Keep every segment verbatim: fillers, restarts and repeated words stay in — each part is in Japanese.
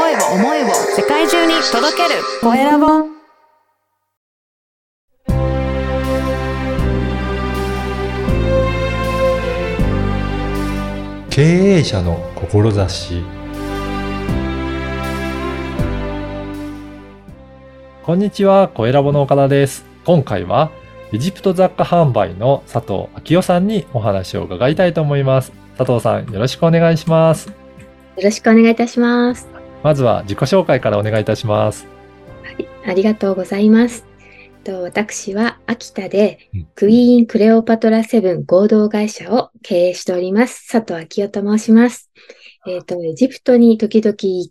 声を思いを世界中に届けるコエラボ。 経営者の志。こんにちは、コエラボの岡田です。今回はエジプト雑貨販売の佐藤昭夫さんにお話を伺いたいと思います。佐藤さん、よろしくお願いします。 よろしくお願いいたします。 まずは自己紹介からお願いいたします。 はい、ありがとうございます。と私は秋田で、 うん、 クイーンクレオパトラセブン合同会社を経営しております。佐藤昭夫と申します。えっと、エジプトに時々行って、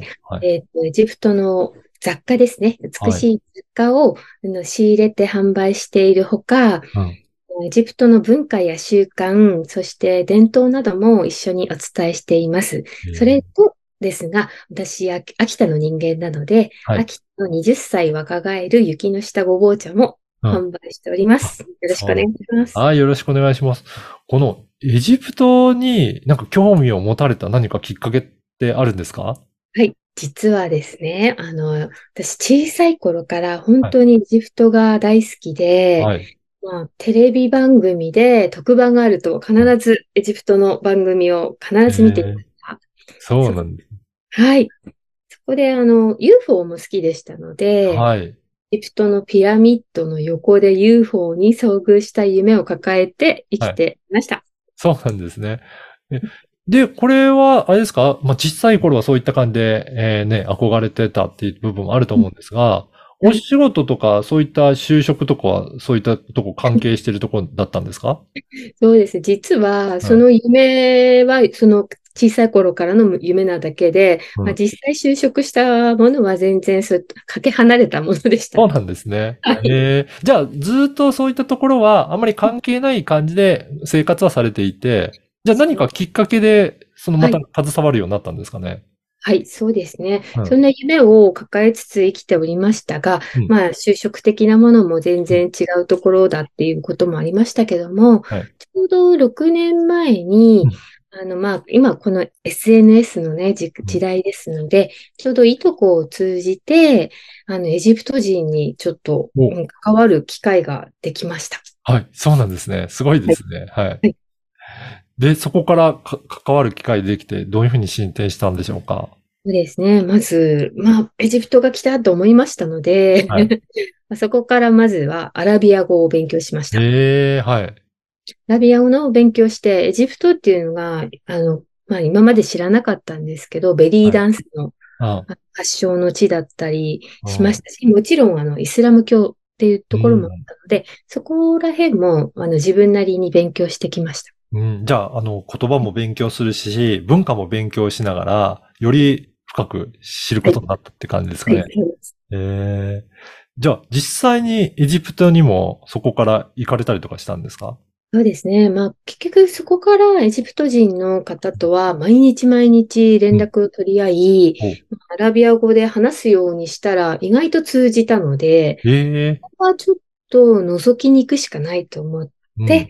はい、えっと、エジプトの雑貨ですね。美しい雑貨を、はい、仕入れて販売しているほか、うん、エジプトの文化や習慣、そして伝統なども一緒にお伝えしています。それとですが、私、秋田の人間なので、はい、秋田のはたち若返る雪の下ごぼう茶も販売しております。うん、よろしくお願いします。 はい、よろしくお願いします。このエジプトになんか興味を持たれた何かきっかけってあるんですか？ はい。実はですね、あの、私小さい頃から本当にエジプトが大好きで、はい、まあ、テレビ番組で特番があると必ずエジプトの番組を必ず見ていました。 そうなんです。 はい。そこであの、ユーフォー も好きでしたので、はい、エジプトのピラミッドの横で ユーフォー に遭遇した夢を抱えて生きていました。はい、 そうなんですね。で、これは、あれですか？まあ、小さい頃はそういった感じで、えー、ね、憧れてたっていう部分もあると思うんですが、うん、お仕事とか、そういった就職とかは、そういったとこ関係しているところだったんですか？ そうです。実は、その夢は、その小さい頃からの夢なだけで、うん、まあ、実際就職したものは全然そう、かけ離れたものでした。 そうなんですね。はい、えー、じゃあ、ずっとそういったところは、あまり関係ない感じで生活はされていて、じゃあ何かきっかけで、そのまた携わるようになったんですかね。はい、 はい、そうですね、うん。そんな夢を抱えつつ生きておりましたが、うん、まあ、就職的なものも全然違うところだっていうこともありましたけども、はい、ちょうどろくねんまえに、うん、あの、まあ、今この エスエヌエス のね、時代ですので、ちょうどいとこを通じて、あの、エジプト人にちょっと関わる機会ができました。 はい、そうなんですね。すごいですね。はい。はい、で、そこからか関わる機会できて、どういうふうに進展したんでしょうか？ そうですね。まず、まあ、エジプトが来たと思いましたので、はい、そこからまずはアラビア語を勉強しました。 ええー、はい。 アラビア語の勉強して、エジプトっていうのが、あの、まあ、今まで知らなかったんですけど、ベリーダンスの発祥の地だったりしましたし、もちろん、あの、イスラム教っていうところもあったので、うん、そこら辺も、あの、自分なりに勉強してきました。 うん、じゃあ、あの、言葉も勉強するし、文化も勉強しながら、より深く知ることになったって感じですかね。はいはい、えー、じゃあ、実際にエジプトにもそこから行かれたりとかしたんですか？ そうですね。まあ、結局そこからエジプト人の方とは毎日毎日連絡を取り合い、うん、アラビア語で話すようにしたら意外と通じたので、 えー、 ここはちょっと覗きに行くしかないと思って、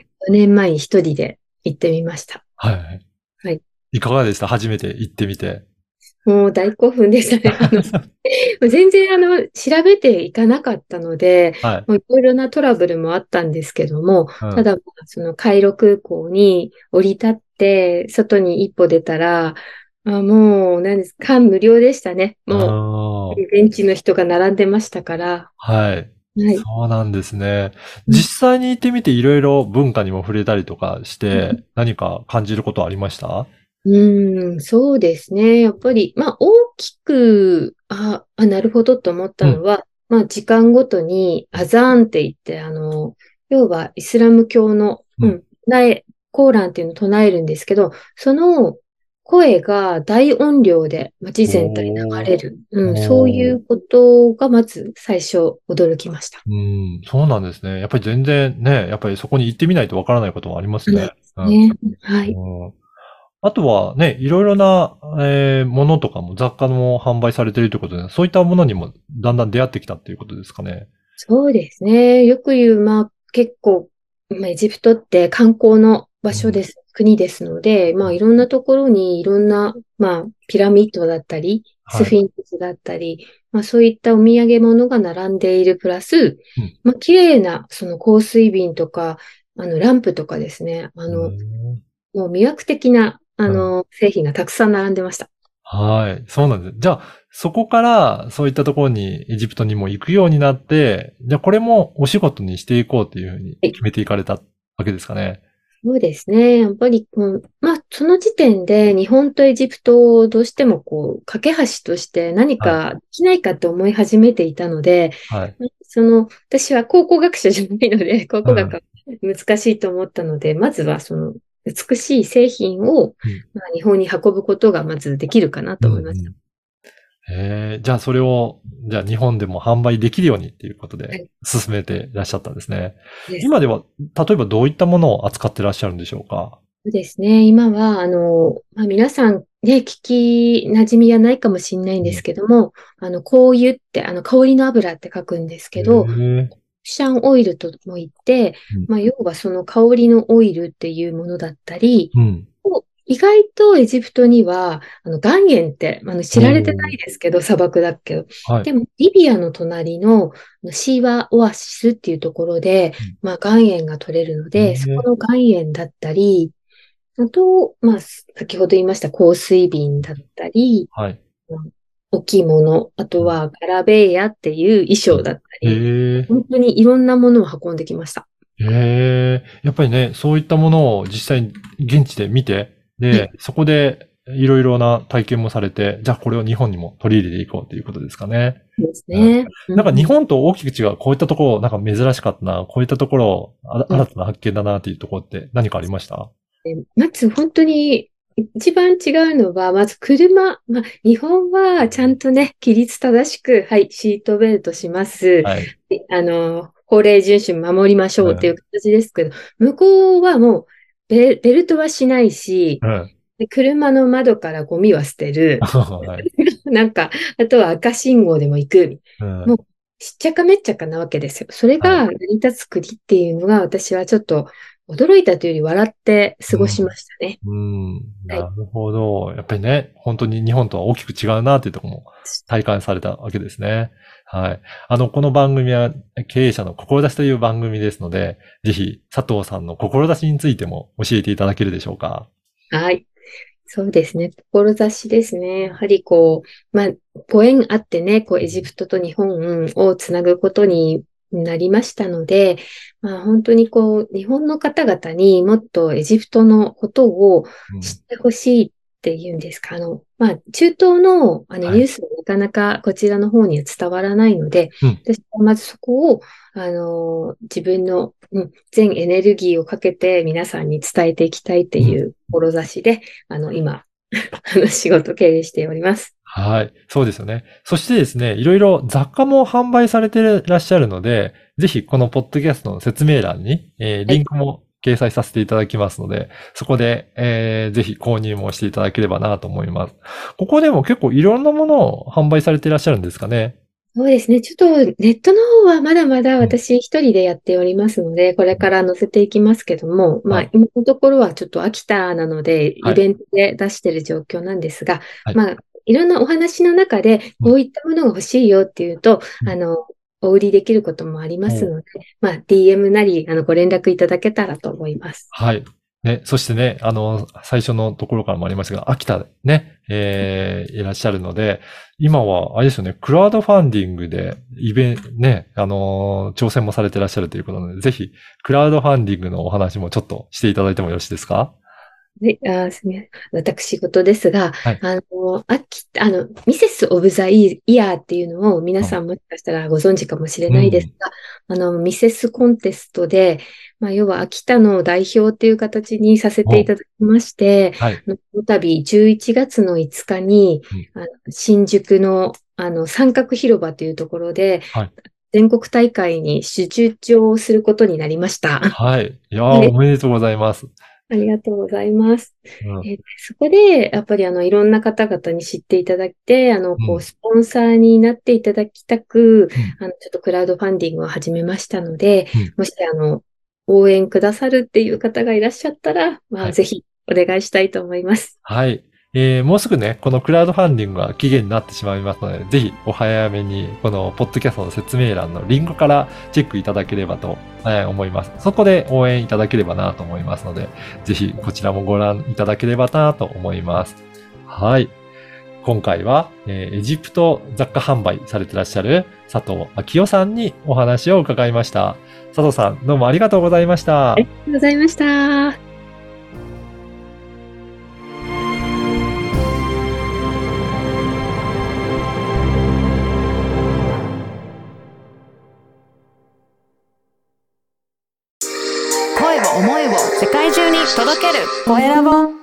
うん、よねんまえに一人で行ってみました。 はい。はい。いかがでした？初めて行ってみて。 もう大興奮でしたね。あの全然あの調べていかなかったので、はい、もういろいろなトラブルもあったんですけども、うん、ただそのカイロ空港に降り立って外に一歩出たら、あもう何ですか、感無量でしたね。もう現地の人が並んでましたから。 はい。はい、そうなんですね。実際に行ってみていろいろ文化にも触れたりとかして、何か感じることありました？ うん、そうですね。やっぱり、まあ、大きく、あ、あ、なるほどと思ったのは、うん、まあ、時間ごとにアザーンって言って、あの、要はイスラム教の、うん、唱コーランっていうのを唱えるんですけど、その声が大音量で街全体に流れる。うん、そういうことがまず最初驚きました。 うん、そうなんですね。やっぱり全然ね、やっぱりそこに行ってみないとわからないこともありますね。 そうですね。うん、はい。 うんあとはね、いろいろな、えー、ものとかも雑貨も販売されているということで、そういったものにもだんだん出会ってきたっていうことですかね。 そうですね。よく言う、まあ結構、まあ、エジプトって観光の場所です、国ですので、まあいろんなところにいろんな、まあピラミッドだったり、スはい。 フィンクスだったり、まあそういったお土産物が並んでいるプラス、 うん。 まあ綺麗なその香水瓶とか、あのランプとかですね、あうの、 ん。 もう魅惑的な、あうん。 の、製品がたくさん並んでました。 はい。そうなんです。じゃあ、そこからそういったところにエジプトにも行くようになって、じゃあこれもお仕事にしていこうというふうにはい。 決めていかれたわけですかね。 そうですね。やっぱり、うん、まあ、その時点で日本とエジプトをどうしてもこう、架け橋として何はい。 かできないかと思い始めていたので、 はい。 その、私は考古学者じゃないので、考うん。 古学は難しいと思ったので、まずはその、美しい製品を、 うん。 まあ、日本に運ぶことがまずできるかなうん。うと思いました。 ん。えー、じゃあそれを、じゃあ日本でも販売できるようにっていうことではい。 進めていらっしゃったんですね。 です。 今では、例えばどういったものを扱ってらっしゃるんでしょうか？ そうですね。今は、あの、まあ、皆さんね、聞き馴染みはないかもしれないんですうん。 けども、あの、香油って、あの、香りの油って書くんですへけど、 え。 シャンオイルとも言って、 うん。 まあ、要はその香りのオイルっていうものだったり、 うん。 意外とエジプトには、あの、岩塩って、あの、知おられてないー。 ですけど、砂漠だけど。 はい。 でも、リビアの隣のあのシーワオアシスっていうところで、 うん。 まあ、岩塩が取れるのへで、そこえ。 の岩塩だったり、あと、まあ、先ほど言いました香水瓶だったり、 はい。 うん置物、あとうん。 はガラベーヤっていう衣装だったうん。 り、 へえ。 本当にいろんなものを運んできました。 へえ。やっぱりね、そういったものを実際に現地で見て、で、 はい。 そこでいろいろな体験もされて、じゃあこれを日本にも取り入れていこうということですかね。 そうですうん。 ね。うんなんか日うん本と大きく違う、こういったところ、なんか珍しかったな、こういったところ、あうん。 新たな発見だなっていうところって何かありました？ でまず本当に一番違うのは、まず車。まあ、日本はちゃんとね、規律正しく、はい、シートベルトします。 はい。 であの、法令遵守守りましょうっていううん。 形ですけど、向こうはもうベ、ベルトはしないし、 うん。 で車の窓からゴミは捨てる。 はい。 なんか、あとは赤信号でも行く。 うん。 もう、しっちゃかめっちゃかなわけですよ。それはい。 が成り立つ国っていうのが私はちょっと驚いたというより笑って過ごしましたね。 うん。うん。 はい。 なるほど。やっぱりね、本当に日本とは大きく違うなっていうところも体感されたわけですね。はい。あの、この番組は経営者の志という番組ですので、ぜひ佐藤さんの志についても教えていただけるでしょうか？ はい。そうですね。志ですね。やはりこう、まあ、ご縁あってね、こう、エジプトと日本をつなぐことになりましたので、まあ、本当にこう、日本の方々にもっとエジプトのことをうん。 知ってほしいっていうんですか。あの、まあ、中東のあのはい。 ニュースがなかなかこちらの方には伝わらないので、 うん。 私はまずそこを、あの、自分の、うん、全エネルギーをかけて皆さんに伝えていきたいってうん。 いう志で、あの、今、あの、仕事経営しております。 はい。そうですよね。そしてですね、いろいろ雑貨も販売されていらっしゃるので、ぜひこのポッドキャストの説明欄に、えーはい。 リンクも掲載させていただきますので、そこで、えーぜひ購入もしていただければなと思います。ここでも結構いろんなものを販売されていらっしゃるんですかね。 そうですね。ちょっとネットの方はまだまだうん。 私一人でやっておりますので、これから載せていきますけども、まあはい。 今のところはちょっと秋田なので、 はい。 イベントで出している状況なんですが、 はい。 まあいろんなお話の中でうん。 こういったものが欲しいよっていうと、 うん。 あの、お売りできることもありまおすので、まあ ディーエム なり、あの、ご連絡いただけたらと思います。 はい。ね、そしてね、あの、最初のところからもありましたが、秋田でね、えー、いらっしゃるので、今は、あれですよね、クラウドファンディングで、イベント、ね、あのー挑戦もされてらっしゃるということなので、ぜひ、クラウドファンディングのお話もちょっとしていただいてもよろしいですか？ はい、あー、すみません。私事ですが、 はい。 あの、秋、あの、ミセス・オブ・ザ・イヤーっていうのを皆うん。 さんもしかしたらご存知かもしれうん。 ないですが、あの、ミセスコンテストで、まあ、要は秋田の代表っていう形にさせていお、 ただきまして、 はい。 あのこの度じゅういちがつのいつかに、 うん。 あの新宿の、あの、三角広場というところで、 はい。 全国大会に出張することになりました。 はい。いやー、おでめでとうございます。 ありがとうございます。 うん。 えーそこで、やっぱりあの、いろんな方々に知っていただいて、あの、こう、 うん。 スポンサーになっていただきたく、 うん。 あの、ちょっとクラウドファンディングを始めましたので、 うん。 もし、あの、 応援くださるっていう方がいらっしゃったら、まあ、 はい、 ぜひお願いしたいと思います。 はい。えー、もうすぐね、このクラウドファンディングが期限になってしまいますので、ぜひお早めに、このポッドキャストの説明欄のリンクからチェックいただければと思います。そこで応援いただければなと思いますので、ぜひこちらもご覧いただければなと思います。はい。今回は、えー、エジプト雑貨販売されていらっしゃる佐藤昭夫さんにお話を伺いました。佐藤さん、どうもありがとうございました。 ありがとうございました。 声を思いを世界中に届けるコエラボ。